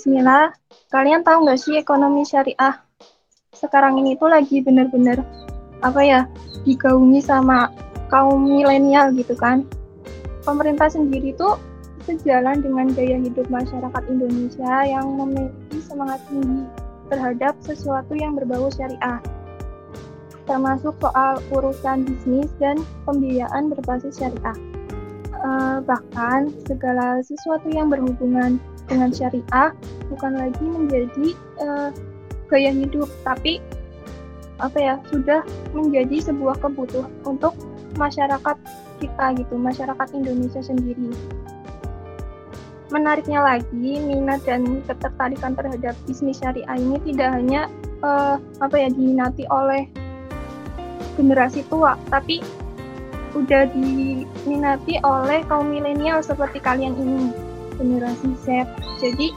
Bismillah, kalian tahu nggak sih ekonomi syariah sekarang ini tuh lagi bener-bener digaungi sama kaum milenial gitu kan. Pemerintah sendiri tuh sejalan dengan gaya hidup masyarakat Indonesia yang memiliki semangat tinggi terhadap sesuatu yang berbau syariah, termasuk soal urusan bisnis dan pembiayaan berbasis syariah. Bahkan segala sesuatu yang berhubungan dengan syariah bukan lagi menjadi gaya hidup, tapi sudah menjadi sebuah kebutuhan untuk masyarakat kita gitu, masyarakat Indonesia sendiri. Menariknya lagi, minat dan ketertarikan terhadap bisnis syariah ini tidak hanya diminati oleh generasi tua, tapi udah diminati oleh kaum milenial seperti kalian ini, generasi Z. Jadi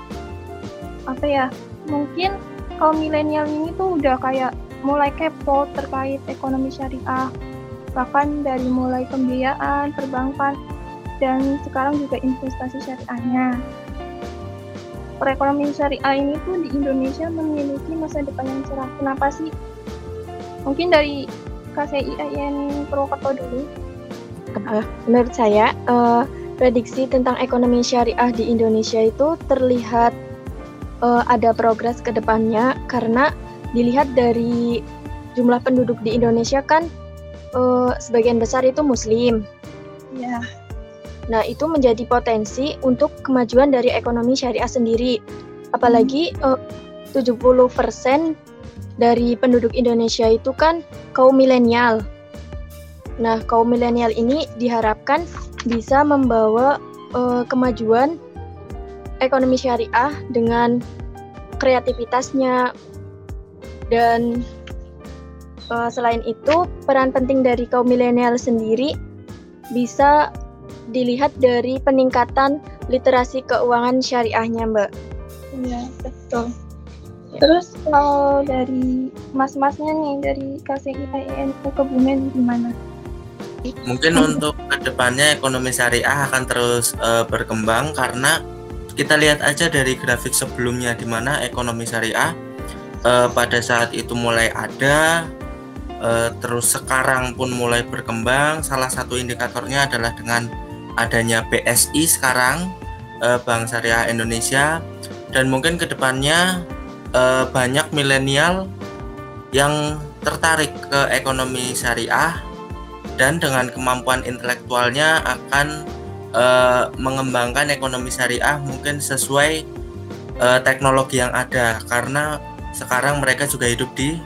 mungkin kaum milenial ini tuh udah kayak mulai kepo terkait ekonomi syariah, bahkan dari mulai pembiayaan, perbankan, dan sekarang juga investasi syariahnya. Perekonomian syariah ini tuh di Indonesia memiliki masa depan yang cerah. Kenapa sih? Mungkin dari KCIIN Purwokerto dulu. Menurut saya, prediksi tentang ekonomi syariah di Indonesia itu terlihat ada progres ke depannya, karena dilihat dari jumlah penduduk di Indonesia kan sebagian besar itu Muslim. Ya. Nah, itu menjadi potensi untuk kemajuan dari ekonomi syariah sendiri. Apalagi 70% dari penduduk Indonesia itu kan kaum milenial. Nah, kaum milenial ini diharapkan bisa membawa kemajuan ekonomi syariah dengan kreativitasnya. Dan selain itu, peran penting dari kaum milenial sendiri bisa dilihat dari peningkatan literasi keuangan syariahnya, Mbak. Iya, betul. Terus kalau dari mas-masnya nih, dari KCIIN Kebumen gimana? Mungkin untuk kedepannya ekonomi syariah akan terus berkembang, karena kita lihat aja dari grafik sebelumnya di mana ekonomi syariah pada saat itu mulai ada, terus sekarang pun mulai berkembang. Salah satu indikatornya adalah dengan adanya BSI sekarang, Bank Syariah Indonesia, dan mungkin kedepannya banyak milenial yang tertarik ke ekonomi syariah dan dengan kemampuan intelektualnya akan mengembangkan ekonomi syariah mungkin sesuai teknologi yang ada, karena sekarang mereka juga hidup di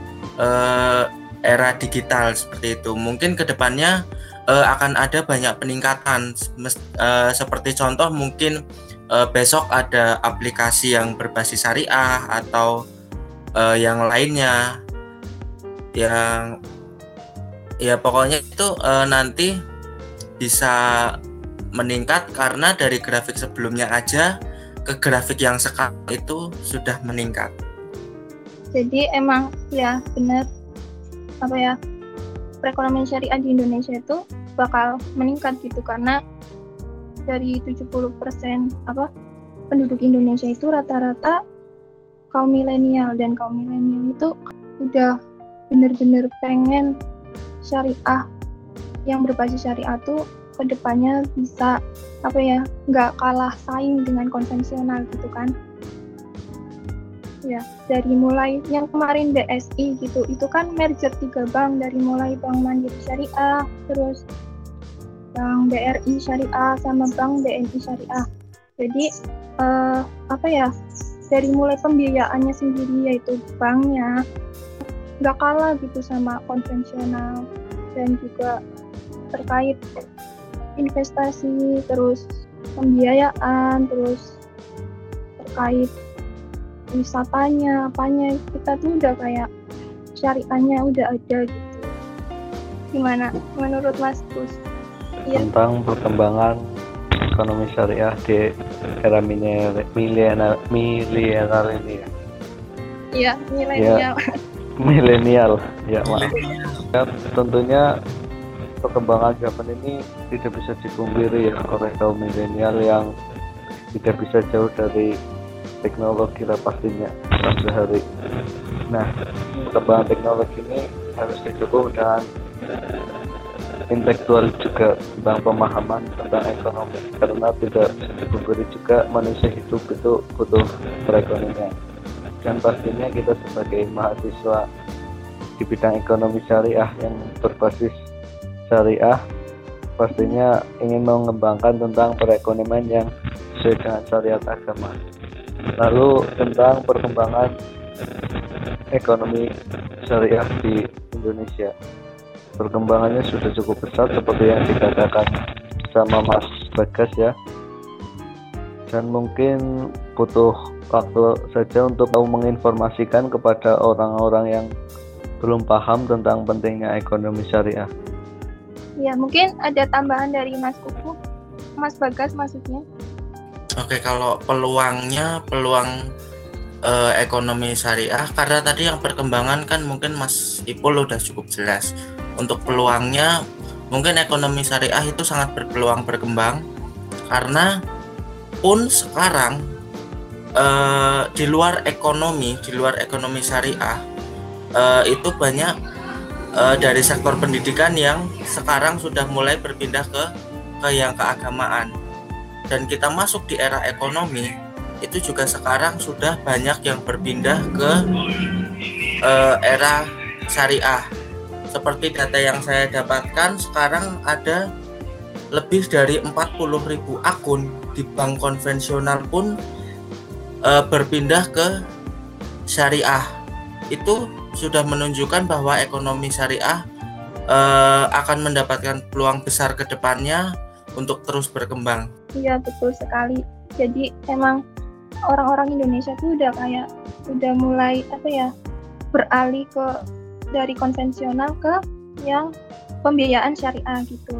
era digital seperti itu. Mungkin kedepannya akan ada banyak peningkatan, seperti contoh mungkin besok ada aplikasi yang berbasis syariah atau yang lainnya, yang ya pokoknya itu nanti bisa meningkat, karena dari grafik sebelumnya aja ke grafik yang sekarang itu sudah meningkat. Jadi emang ya benar perekonomian syariah di Indonesia itu bakal meningkat gitu, karena dari 70% penduduk Indonesia itu rata-rata kaum milenial, dan kaum milenial itu udah benar-benar pengen syariah yang berbasis syariah tuh kedepannya bisa nggak kalah saing dengan konvensional gitu kan. Ya, dari mulai yang kemarin BSI gitu, itu kan merger 3 bank, dari mulai Bank Mandiri Syariah, terus Bank BRI Syariah sama Bank BNI Syariah. Jadi dari mulai pembiayaannya sendiri, yaitu banknya nggak kalah gitu sama konvensional, dan juga terkait investasi, terus pembiayaan, terus terkait wisatanya, apanya, kita tuh udah kayak syariahnya udah ada gitu. Gimana menurut Mas Gus? Tentang perkembangan ekonomi syariah di era milenial ini ya? Iya, milenial. Milenial, ya maaf. Ya, tentunya perkembangan zaman ini tidak bisa dipungkiri ya oleh kaum milenial yang tidak bisa jauh dari teknologi lah pastinya dalam sehari. Nah, perkembangan teknologi ini harus didukung dengan intelektual juga tentang pemahaman tentang ekonomi, karena tidak dipungkiri juga manusia hidup itu butuh perekonomian. Dan pastinya kita sebagai mahasiswa di bidang ekonomi syariah yang berbasis syariah pastinya ingin mengembangkan tentang perekonomian yang sesuai dengan syariat agama. Lalu tentang perkembangan ekonomi syariah di Indonesia, perkembangannya sudah cukup pesat seperti yang dikatakan sama Mas Bagas ya, dan mungkin butuh waktu saja untuk menginformasikan kepada orang-orang yang belum paham tentang pentingnya ekonomi syariah. Ya, mungkin ada tambahan dari Mas Kuku, Mas Bagas maksudnya. Oke, kalau peluang ekonomi syariah, karena tadi yang perkembangan kan mungkin Mas Ipul udah cukup jelas. Untuk peluangnya, mungkin ekonomi syariah itu sangat berpeluang berkembang, karena pun sekarang di luar ekonomi syariah itu banyak dari sektor pendidikan yang sekarang sudah mulai berpindah ke yang keagamaan. Dan kita masuk di era ekonomi, itu juga sekarang sudah banyak yang berpindah ke era syariah. Seperti data yang saya dapatkan, sekarang ada lebih dari 40.000 akun di bank konvensional pun berpindah ke syariah. Itu sudah menunjukkan bahwa ekonomi syariah akan mendapatkan peluang besar ke depannya untuk terus berkembang. Iya, betul sekali. Jadi emang orang-orang Indonesia tuh udah mulai beralih dari konvensional ke yang pembiayaan syariah gitu.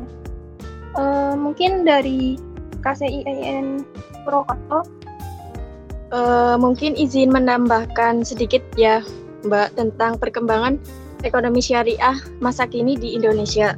Mungkin dari KCIIN Purwokerto, mungkin izin menambahkan sedikit ya Mbak tentang perkembangan ekonomi syariah masa kini di Indonesia.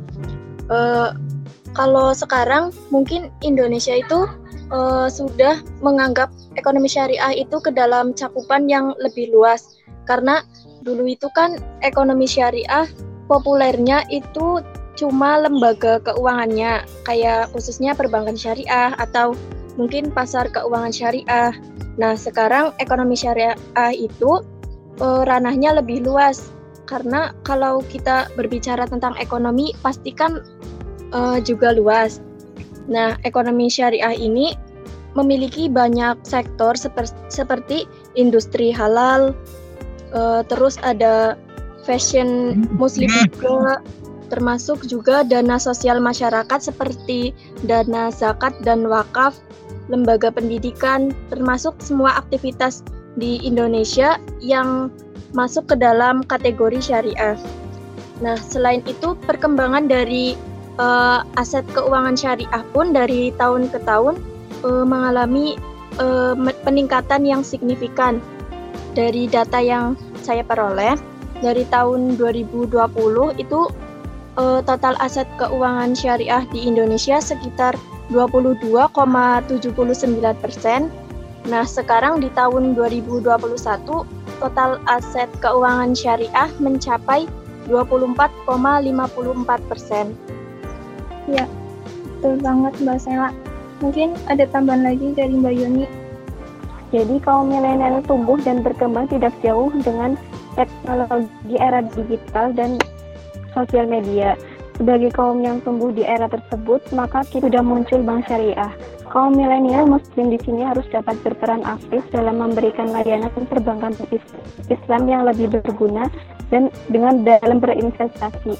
Kalau sekarang mungkin Indonesia itu sudah menganggap ekonomi syariah itu ke dalam cakupan yang lebih luas, karena dulu itu kan ekonomi syariah populernya itu cuma lembaga keuangannya, kayak khususnya perbankan syariah atau mungkin pasar keuangan syariah. Nah, sekarang ekonomi syariah itu ranahnya lebih luas, karena kalau kita berbicara tentang ekonomi pastikan juga luas. Nah, ekonomi syariah ini memiliki banyak sektor seperti industri halal, terus ada fashion muslim juga, termasuk juga dana sosial masyarakat seperti dana zakat dan wakaf, lembaga pendidikan, termasuk semua aktivitas di Indonesia yang masuk ke dalam kategori syariah. Nah, selain itu perkembangan dari aset keuangan syariah pun dari tahun ke tahun mengalami peningkatan yang signifikan. Dari data yang saya peroleh, dari tahun 2020 itu total aset keuangan syariah di Indonesia sekitar 22,79%. Nah, sekarang di tahun 2021 total aset keuangan syariah mencapai 24,54%. Ya, betul banget Mbak Sela. Mungkin ada tambahan lagi dari Mbak Yuni. Jadi kaum milenial tumbuh dan berkembang tidak jauh dengan teknologi era digital dan sosial media. Sebagai kaum yang tumbuh di era tersebut, maka sudah muncul bank syariah. Kaum milenial muslim di sini harus dapat berperan aktif dalam memberikan layanan perbankan Islam yang lebih berguna dan dengan dalam berinvestasi.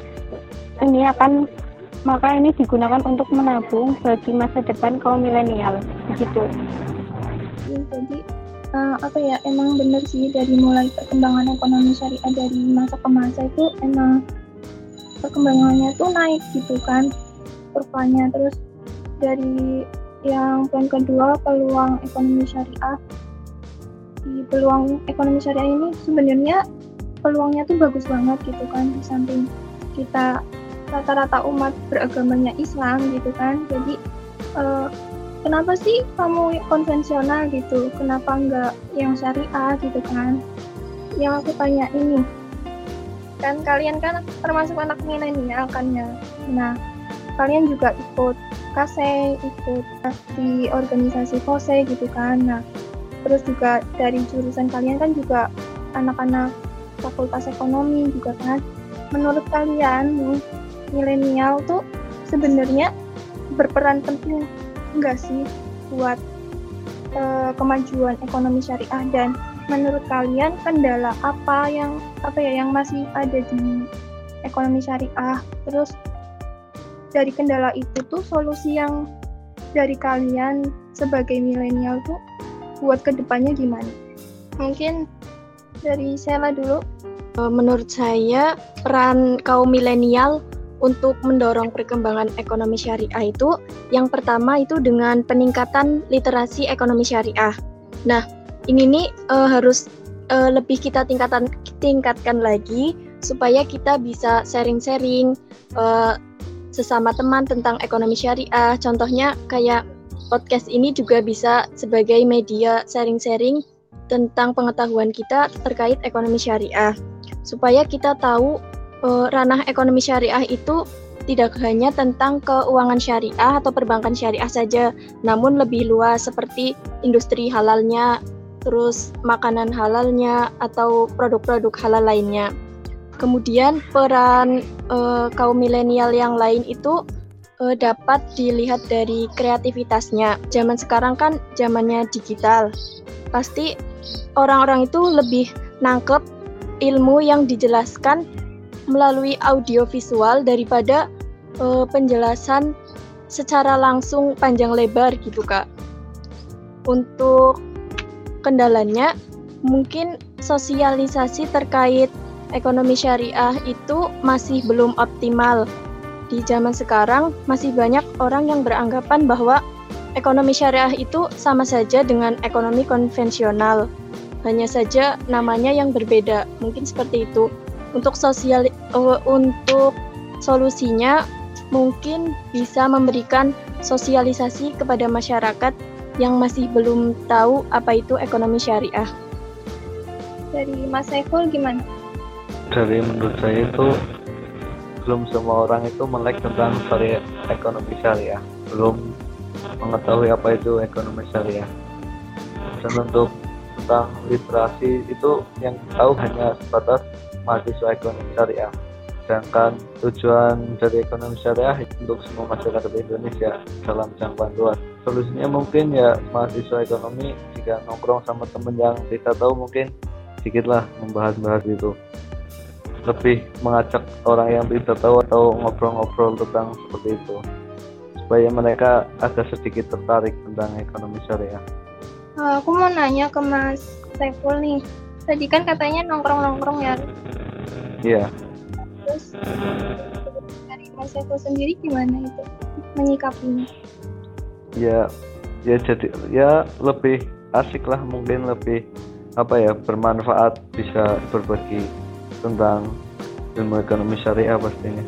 Maka ini digunakan untuk menabung bagi masa depan kaum milenial, begitu. Jadi emang benar sih, dari mulai perkembangan ekonomi syariah dari masa ke masa itu emang perkembangannya tuh naik gitu kan kurvanya. Terus dari yang poin kedua, peluang ekonomi syariah. Di peluang ekonomi syariah ini sebenarnya peluangnya tuh bagus banget gitu kan, di samping kita rata-rata umat beragamanya Islam gitu kan. Jadi kenapa sih kamu konvensional gitu, kenapa nggak yang syariah gitu kan. Yang aku tanya ini, kan kalian kan termasuk anak milenial kan ya. Nah, kalian juga ikut KASE, ikut di organisasi FOSE gitu kan. Nah, terus juga dari jurusan kalian kan juga anak-anak fakultas ekonomi juga kan. Menurut kalian nih, milenial tuh sebenarnya berperan penting enggak sih buat kemajuan ekonomi syariah, dan menurut kalian kendala apa yang masih ada di ekonomi syariah? Terus dari kendala itu tuh solusi yang dari kalian sebagai milenial tuh buat kedepannya gimana? Mungkin dari Sheila dulu. Menurut saya, peran kaum milenial untuk mendorong perkembangan ekonomi syariah itu, yang pertama itu dengan peningkatan literasi ekonomi syariah. Nah, ini nih harus lebih kita tingkatkan lagi supaya kita bisa sharing-sharing sesama teman tentang ekonomi syariah. Contohnya kayak podcast ini juga bisa sebagai media sharing-sharing tentang pengetahuan kita terkait ekonomi syariah. Supaya kita tahu ranah ekonomi syariah itu tidak hanya tentang keuangan syariah atau perbankan syariah saja, namun lebih luas seperti industri halalnya, terus makanan halalnya, atau produk-produk halal lainnya. Kemudian peran kaum milenial yang lain itu dapat dilihat dari kreativitasnya. Zaman sekarang kan zamannya digital. Pasti orang-orang itu lebih nangkep ilmu yang dijelaskan melalui audio visual daripada penjelasan secara langsung panjang lebar gitu Kak. Untuk kendalanya mungkin sosialisasi terkait ekonomi syariah itu masih belum optimal. Di zaman sekarang masih banyak orang yang beranggapan bahwa ekonomi syariah itu sama saja dengan ekonomi konvensional. Hanya saja namanya yang berbeda, mungkin seperti itu. Untuk solusinya mungkin bisa memberikan sosialisasi kepada masyarakat yang masih belum tahu apa itu ekonomi syariah. Dari Mas Saiful gimana? Dari menurut saya itu belum semua orang itu melek tentang ekonomi syariah, belum mengetahui apa itu ekonomi syariah. Dan untuk tentang literasi itu yang tahu hanya sebatas mahasiswa ekonomi syariah. Sedangkan tujuan dari ekonomi syariah untuk semua masyarakat Indonesia dalam jangkauan luas. Solusinya mungkin ya mahasiswa ekonomi jika nongkrong sama temen yang tidak tahu mungkin sedikitlah membahas-bahas itu. Lebih mengajak orang yang tidak tahu atau ngobrol-ngobrol tentang seperti itu. Supaya mereka agak sedikit tertarik tentang ekonomi syariah. Aku mau nanya ke Mas Saiful nih. Tadi kan katanya nongkrong-nongkrong ya. Iya. Terus dari Mas Saiful sendiri gimana itu menyikapinya? Ya jadi ya lebih asik lah, mungkin lebih bermanfaat, bisa berbagi tentang ilmu ekonomi syariah pastinya.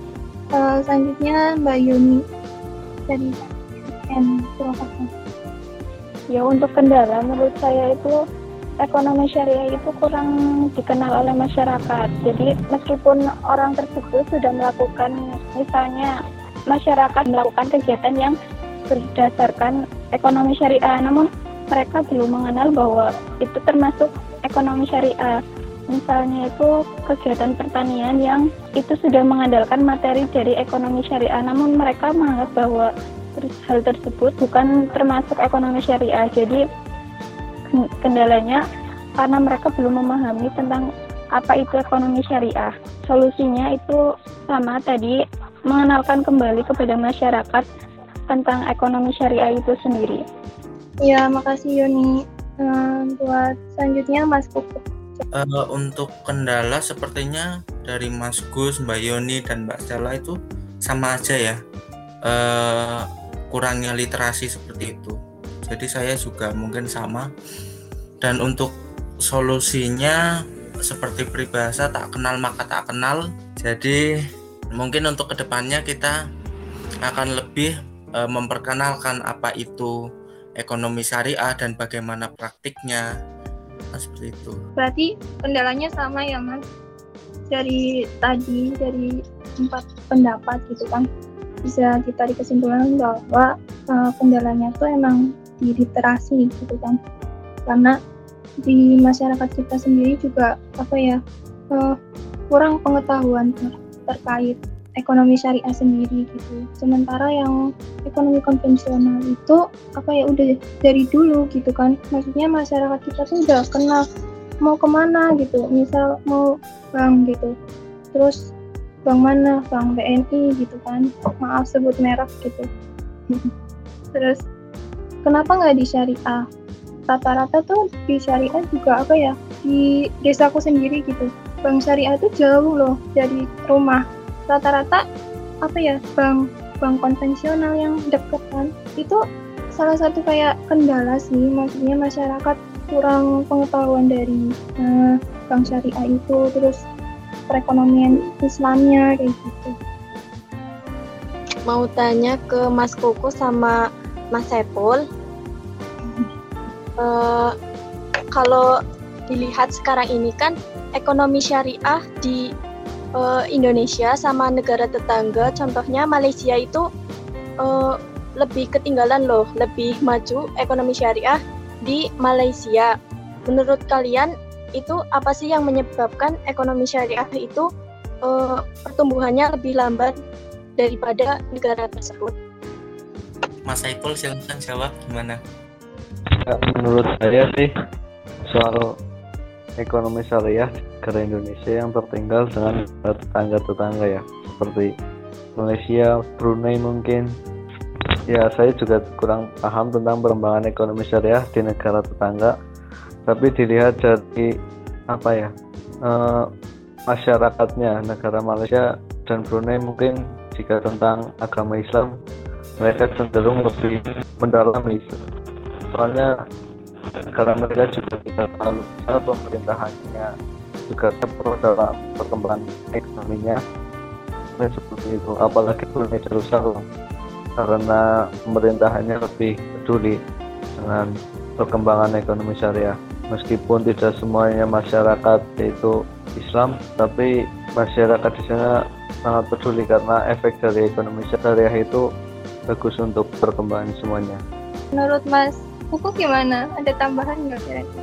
Selanjutnya Mbak Yuni dari Purwakarta. Ya, untuk kendala menurut saya itu ekonomi syariah itu kurang dikenal oleh masyarakat. Jadi meskipun orang tersebut sudah melakukan, misalnya masyarakat melakukan kegiatan yang berdasarkan ekonomi syariah, namun mereka belum mengenal bahwa itu termasuk ekonomi syariah. Misalnya itu kegiatan pertanian yang itu sudah mengandalkan materi dari ekonomi syariah, namun mereka menganggap bahwa hal tersebut bukan termasuk ekonomi syariah. Jadi kendalanya karena mereka belum memahami tentang apa itu ekonomi syariah. Solusinya itu sama tadi, mengenalkan kembali kepada masyarakat tentang ekonomi syariah itu sendiri. Ya, makasih Yuni. Buat selanjutnya Mas Puput. Untuk kendala sepertinya dari Mas Gus, Mbak Yoni, dan Mbak Stella itu sama aja ya, kurangnya literasi seperti itu. Jadi saya juga mungkin sama. Dan untuk solusinya seperti peribahasa tak kenal maka tak kenal. Jadi mungkin untuk kedepannya kita akan lebih memperkenalkan apa itu ekonomi syariah dan bagaimana praktiknya. Nah, seperti itu. Berarti kendalanya sama ya Mas? Dari 4 pendapat gitu kan, bisa ditarik kesimpulan bahwa kendalanya tuh emang di literasi gitu kan, karena di masyarakat kita sendiri juga kurang pengetahuan terkait ekonomi syariah sendiri gitu. Sementara yang ekonomi konvensional itu udah dari dulu gitu kan, maksudnya masyarakat kita tuh udah kenal mau kemana gitu, misal mau bank gitu, terus bank mana, bank BNI gitu kan, maaf sebut merek gitu. Terus kenapa nggak di syariah? Rata-rata tuh di syariah juga di desaku sendiri gitu, bank syariah itu jauh loh dari rumah. Rata-rata bank konvensional yang dekat kan, itu salah satu kayak kendala sih, maksudnya masyarakat kurang pengetahuan dari bank syariah itu, terus perekonomian Islamnya kayak gitu. Mau tanya ke Mas Koko sama Mas Saiful, kalau dilihat sekarang ini kan ekonomi syariah di Indonesia sama negara tetangga, contohnya Malaysia itu lebih ketinggalan loh, lebih maju ekonomi syariah di Malaysia. Menurut kalian itu apa sih yang menyebabkan ekonomi syariah itu pertumbuhannya lebih lambat daripada negara tersebut? Mas Saiful silahkan jawab gimana? Ya, menurut saya sih soal ekonomi syariah negara Indonesia yang tertinggal dengan tetangga-tetangga ya, seperti Malaysia, Brunei mungkin. Ya, saya juga kurang paham tentang perkembangan ekonomi syariah di negara tetangga. Tapi dilihat dari masyarakatnya, negara Malaysia dan Brunei mungkin jika tentang agama Islam mereka cenderung lebih mendalami. Soalnya negara mereka juga tidak terlalu besar, pemerintahannya juga pro dalam perkembangan ekonominya. Seperti itu, apalagi Brunei Darussalam, karena pemerintahannya lebih peduli dengan perkembangan ekonomi syariah. Meskipun tidak semuanya masyarakat itu Islam, tapi masyarakat di sana sangat peduli karena efek dari ekonomi syariah itu bagus untuk perkembangan semuanya. Menurut Mas Kuku gimana? Ada tambahan nggak kira-kira?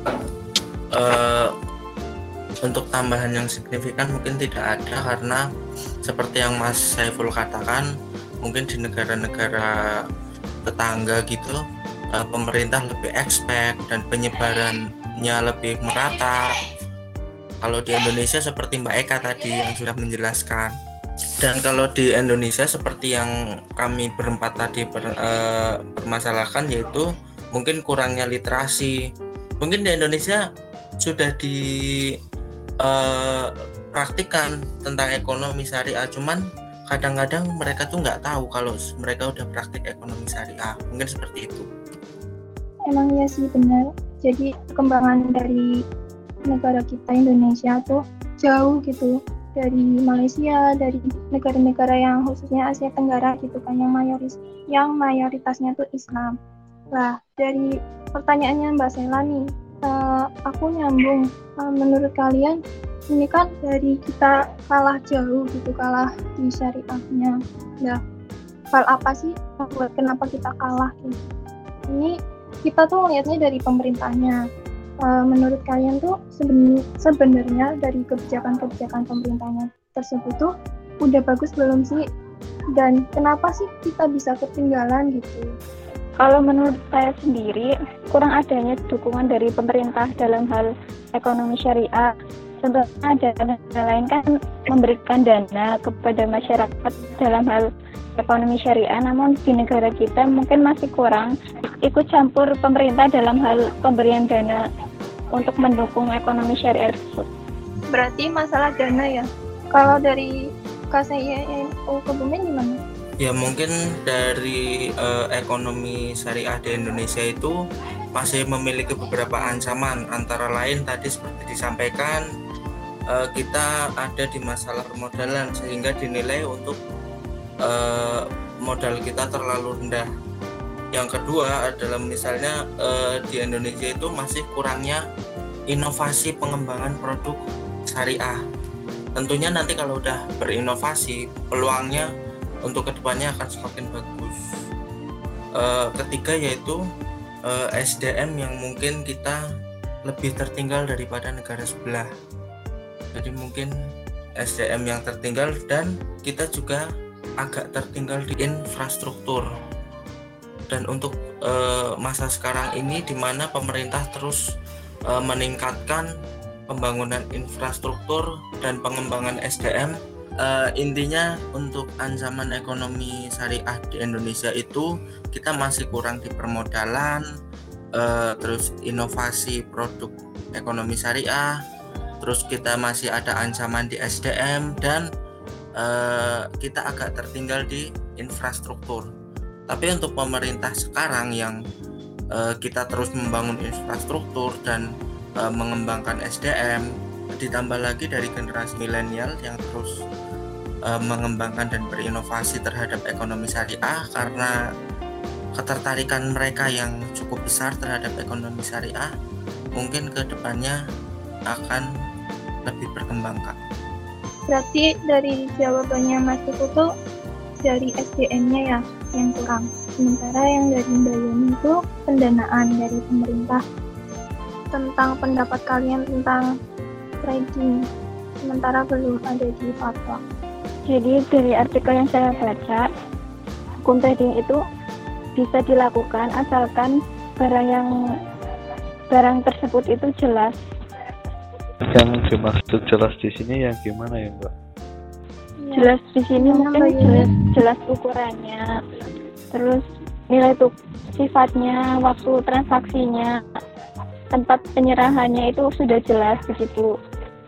Untuk tambahan yang signifikan mungkin tidak ada, karena seperti yang Mas Saiful katakan, mungkin di negara-negara tetangga gitu pemerintah lebih expect dan penyebarannya lebih merata. Kalau di Indonesia seperti Mbak Eka tadi yang sudah menjelaskan, dan kalau di Indonesia seperti yang kami berempat tadi permasalahkan, yaitu mungkin kurangnya literasi. Mungkin di Indonesia sudah praktikkan tentang ekonomi syariah, cuman kadang-kadang mereka tuh nggak tahu kalau mereka udah praktik ekonomi syariah. Mungkin seperti itu. Emang ya sih benar. Jadi perkembangan dari negara kita Indonesia tuh jauh gitu dari Malaysia, dari negara-negara yang khususnya Asia Tenggara gitu kan, yang mayoritasnya tuh Islam. Lah, dari pertanyaannya Mbak Sela nih, aku nyambung. Menurut kalian ini kan dari kita kalah jauh gitu, kalah di syariahnya. Nah, hal apa sih kenapa kita kalah gitu? Ini kita tuh lihatnya dari pemerintahnya. Menurut kalian tuh sebenarnya dari kebijakan-kebijakan pemerintahnya tersebut tuh udah bagus belum sih? Dan kenapa sih kita bisa ketinggalan gitu? Kalau menurut saya sendiri, kurang adanya dukungan dari pemerintah dalam hal ekonomi syariah. Contohnya negara lain kan memberikan dana kepada masyarakat dalam hal ekonomi syariah, namun di negara kita mungkin masih kurang ikut campur pemerintah dalam hal pemberian dana untuk mendukung ekonomi syariah tersebut. Berarti masalah dana ya? Kalau dari KSINU Kebumen gimana? Ya mungkin dari ekonomi syariah di Indonesia itu masih memiliki beberapa ancaman, antara lain tadi seperti disampaikan kita ada di masalah permodalan, sehingga dinilai untuk modal kita terlalu rendah. Yang kedua adalah misalnya di Indonesia itu masih kurangnya inovasi pengembangan produk syariah. Tentunya nanti kalau udah berinovasi, peluangnya untuk kedepannya akan semakin bagus. Ketiga yaitu SDM yang mungkin kita lebih tertinggal daripada negara sebelah. Jadi mungkin SDM yang tertinggal dan kita juga agak tertinggal di infrastruktur. Dan untuk masa sekarang ini di mana pemerintah terus meningkatkan pembangunan infrastruktur dan pengembangan SDM, intinya untuk ancaman ekonomi syariah di Indonesia itu kita masih kurang di permodalan, terus inovasi produk ekonomi syariah, terus kita masih ada ancaman di SDM dan kita agak tertinggal di infrastruktur. Tapi untuk pemerintah sekarang yang kita terus membangun infrastruktur dan mengembangkan SDM, ditambah lagi dari generasi milenial yang terus mengembangkan dan berinovasi terhadap ekonomi syariah karena ketertarikan mereka yang cukup besar terhadap ekonomi syariah, mungkin ke depannya akan lebih berkembang, Kak. Berarti dari jawabannya Mas Kuku tuh dari SDM-nya ya yang kurang. Sementara yang dari Mbak Yeni itu pendanaan dari pemerintah. Tentang pendapat kalian tentang trading, sementara belum ada di fatwa. Jadi dari artikel yang saya baca, hukum trading itu bisa dilakukan asalkan barang tersebut itu jelas. Yang dimaksud jelas di sini yang gimana ya, Mbak? Jelas di sini mungkin jelas ukurannya, terus nilai sifatnya, waktu transaksinya, tempat penyerahannya itu sudah jelas begitu.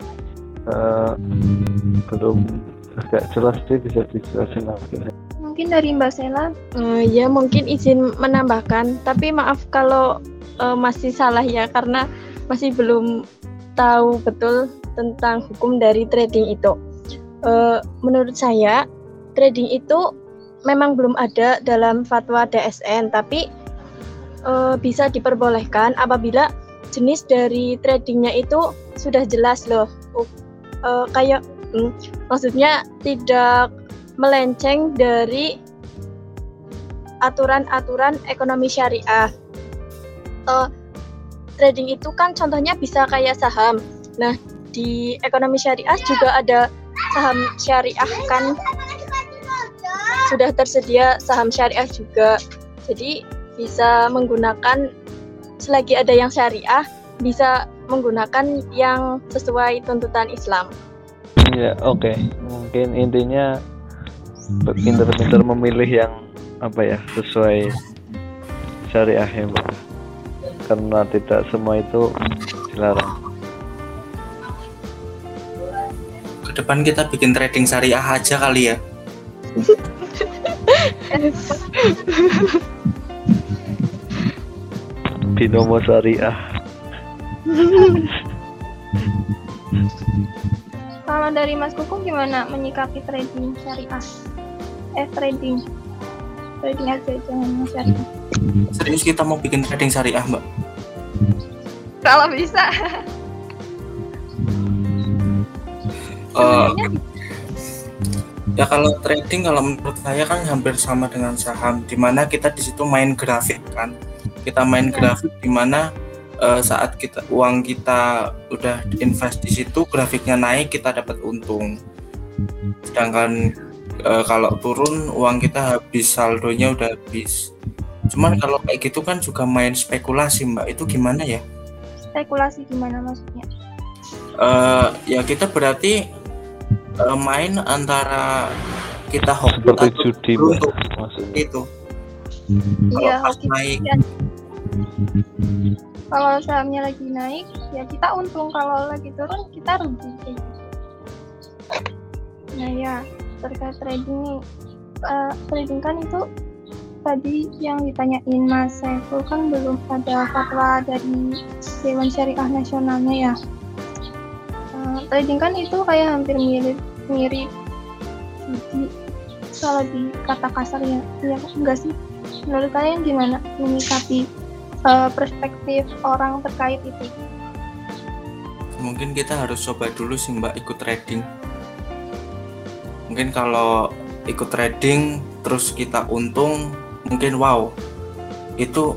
Belum agak jelas sih, bisa dijelasin lagi. Mungkin dari Mbak Sela. Ya mungkin izin menambahkan, tapi maaf kalau masih salah ya, karena masih belum tahu betul tentang hukum dari trading itu. Menurut saya trading itu memang belum ada dalam fatwa DSN, tapi bisa diperbolehkan apabila jenis dari tradingnya itu sudah jelas loh. Maksudnya tidak melenceng dari aturan-aturan ekonomi syariah. Trading itu kan contohnya bisa kayak saham. Nah, di ekonomi syariah juga ada saham syariah kan, sudah tersedia saham syariah juga. Jadi bisa menggunakan, selagi ada yang syariah, bisa menggunakan yang sesuai tuntutan Islam. Ya, oke. Mungkin intinya pintar-pintar memilih yang sesuai syariah ya, Mbak. Karena tidak semua itu dilarang. Ke depan kita bikin trading syariah aja kali ya. Binomo syariah. Kalau dari Mas Kuku gimana menyikapi trading syariah? Trading aja, jangan syariah. Serius kita mau bikin trading syariah, Mbak? Kalau bisa. Ya kalau trading, kalau menurut saya kan hampir sama dengan saham, di mana kita di situ main grafik kan. Kita main grafik di mana saat uang kita udah invest di situ, grafiknya naik, kita dapat untung. Sedangkan kalau turun, uang kita habis, saldonya udah habis. Cuman kalau kayak gitu kan juga main spekulasi, Mbak. Itu gimana ya? Spekulasi gimana maksudnya? Ya kita berarti main antara kita hoki seperti atau judi, beruntung, maksudnya. Itu. Iya, Kalau pas naik. Kalau sahamnya lagi naik, ya kita untung. Kalau lagi turun, kita rugi. Nah ya, terkait trading nih, trading kan itu tadi yang ditanyain Mas Saiful kan belum ada fatwa dari Dewan Syariah Nasionalnya ya. Trading kan itu kayak hampir mirip judi. kalau di kata kasar ya enggak sih? Menurut kalian gimana menyikapi perspektif orang terkait itu? Mungkin kita harus coba dulu sih Mbak ikut trading. Mungkin kalau ikut trading terus kita untung, mungkin wow, itu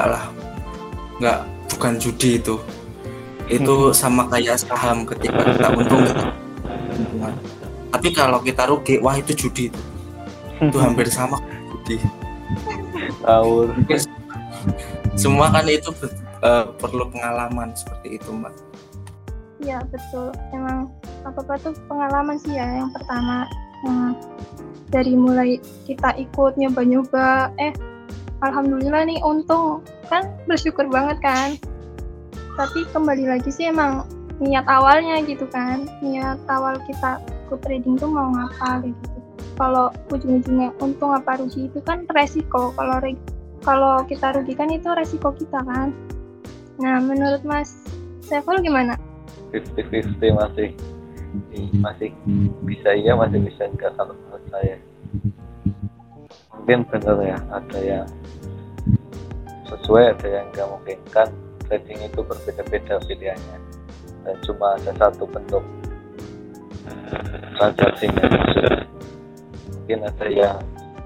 bukan judi itu. Itu sama kayak saham, ketika kita untung kita untungan. Tapi kalau kita rugi, wah itu judi itu. Itu hampir sama kayak judi. Tahu. Semua kan itu perlu pengalaman seperti itu Mbak. Iya betul, emang apa-apa tuh pengalaman sih ya yang pertama. Dari mulai kita ikut nyoba-nyoba, alhamdulillah nih untung, kan bersyukur banget kan. Tapi kembali lagi sih emang niat awalnya gitu kan, niat awal kita ikut trading tuh mau ngapa gitu. Kalau ujung-ujungnya untung apa rugi itu kan resiko. Kalau kita rugi kan itu resiko kita kan. Nah menurut Mas Saiful gimana? 50-50 masih bisa iya, masih bisa enggak kalau menurut saya. Mungkin benar ya, ada yang sesuai, ada yang enggak. Mungkin kan trading itu berbeda-beda pilihannya dan cuma ada satu bentuk transaksinya. Mungkin ada yang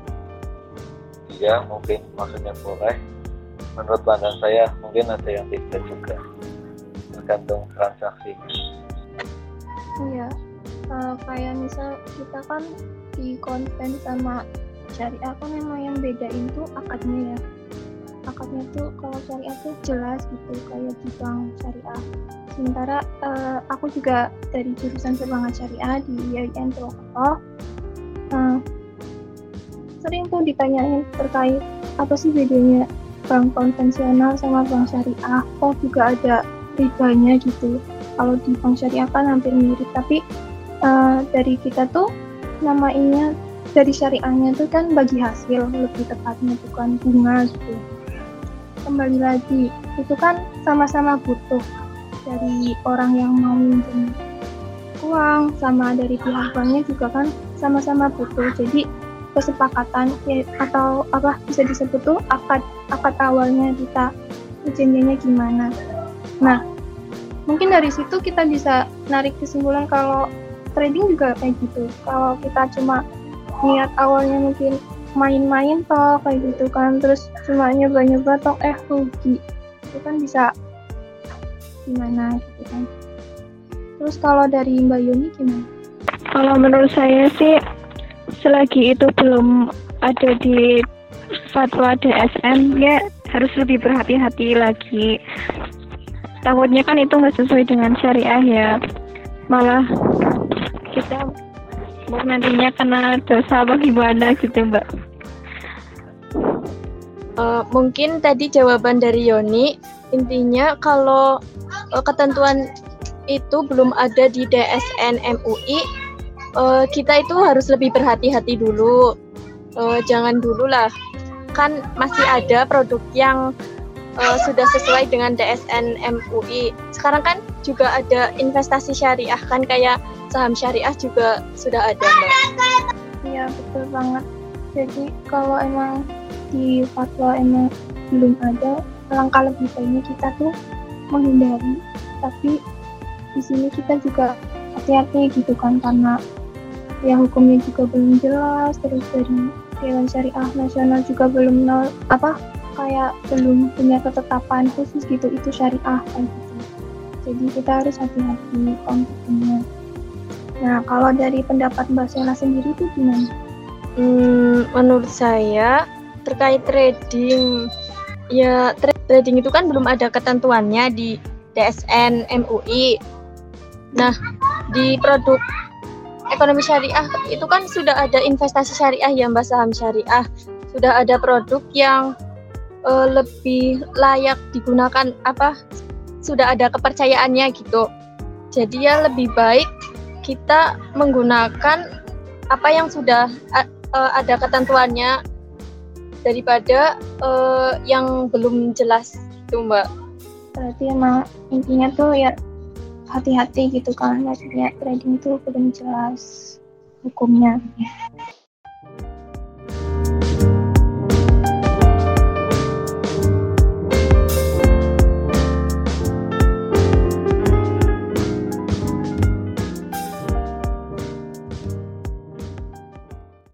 iya, mungkin maksudnya boleh. Menurut pandang saya mungkin ada yang tidak juga, tergantung transaksinya. Iya, kayak misal kita kan di konten sama syariah kan memang yang bedain tuh akadnya ya. Akadnya tuh kalau syariah tuh jelas gitu, kayak di bank syariah. Sementara aku juga dari jurusan perbankan syariah di IAIN Purwokerto. Sering tuh ditanyain terkait apa sih bedanya bank konvensional sama bank syariah. Oh juga ada ribanya gitu. Kalau di bank syariah kan hampir mirip, tapi dari kita tuh namainnya dari syariahnya tuh kan bagi hasil, lebih tepatnya bukan bunga gitu. Kembali lagi, itu kan sama-sama butuh dari orang yang mau minjem uang, sama dari pihak banknya juga kan sama-sama butuh. Jadi kesepakatan ya, atau apa bisa disebut tuh akad awalnya kita perjanjiannya gimana. Nah mungkin dari situ kita bisa narik kesimpulan kalau trading juga kayak gitu. Kalau kita cuma niat awalnya mungkin main-main toh kayak gitu kan, terus cuma nyoba-nyoba toh rugi, itu kan bisa gimana gitu kan. Terus kalau dari Mbak Yuni gimana? Kalau menurut saya sih selagi itu belum ada di fatwa DSN ya harus lebih berhati-hati lagi. Takutnya kan itu nggak sesuai dengan syariah ya, malah kita mau nantinya kena dosa apa gimana gitu Mbak. Mungkin tadi jawaban dari Yoni, intinya kalau ketentuan itu belum ada di DSN MUI, kita itu harus lebih berhati-hati dulu. Jangan dulu lah, kan masih ada produk yang sudah sesuai dengan DSN MUI. Sekarang kan juga ada investasi syariah kan, kayak saham syariah juga sudah ada Mbak. Iya betul banget. Jadi kalau emang di fatwa emang belum ada, langkah lebih baiknya kita tuh menghindari. Tapi di sini kita juga hati-hati gitu kan, karena ya hukumnya juga belum jelas, terus dari Dewan Syariah Nasional juga belum kayak belum punya ketetapan khusus gitu itu syariah kayak gitu. Jadi kita harus hati-hati konteksnya. Nah kalau dari pendapat Mbak Sela sendiri itu gimana? Menurut saya terkait trading, ya trading itu kan belum ada ketentuannya di DSN MUI. Nah di produk ekonomi syariah itu kan sudah ada investasi syariah ya Mbak, saham syariah. Sudah ada produk yang lebih layak digunakan, sudah ada kepercayaannya gitu. Jadi ya lebih baik kita menggunakan apa yang sudah ada ketentuannya daripada yang belum jelas gitu Mbak. Berarti emang intinya tuh ya hati-hati gitu kan, maksudnya trading itu belum jelas hukumnya.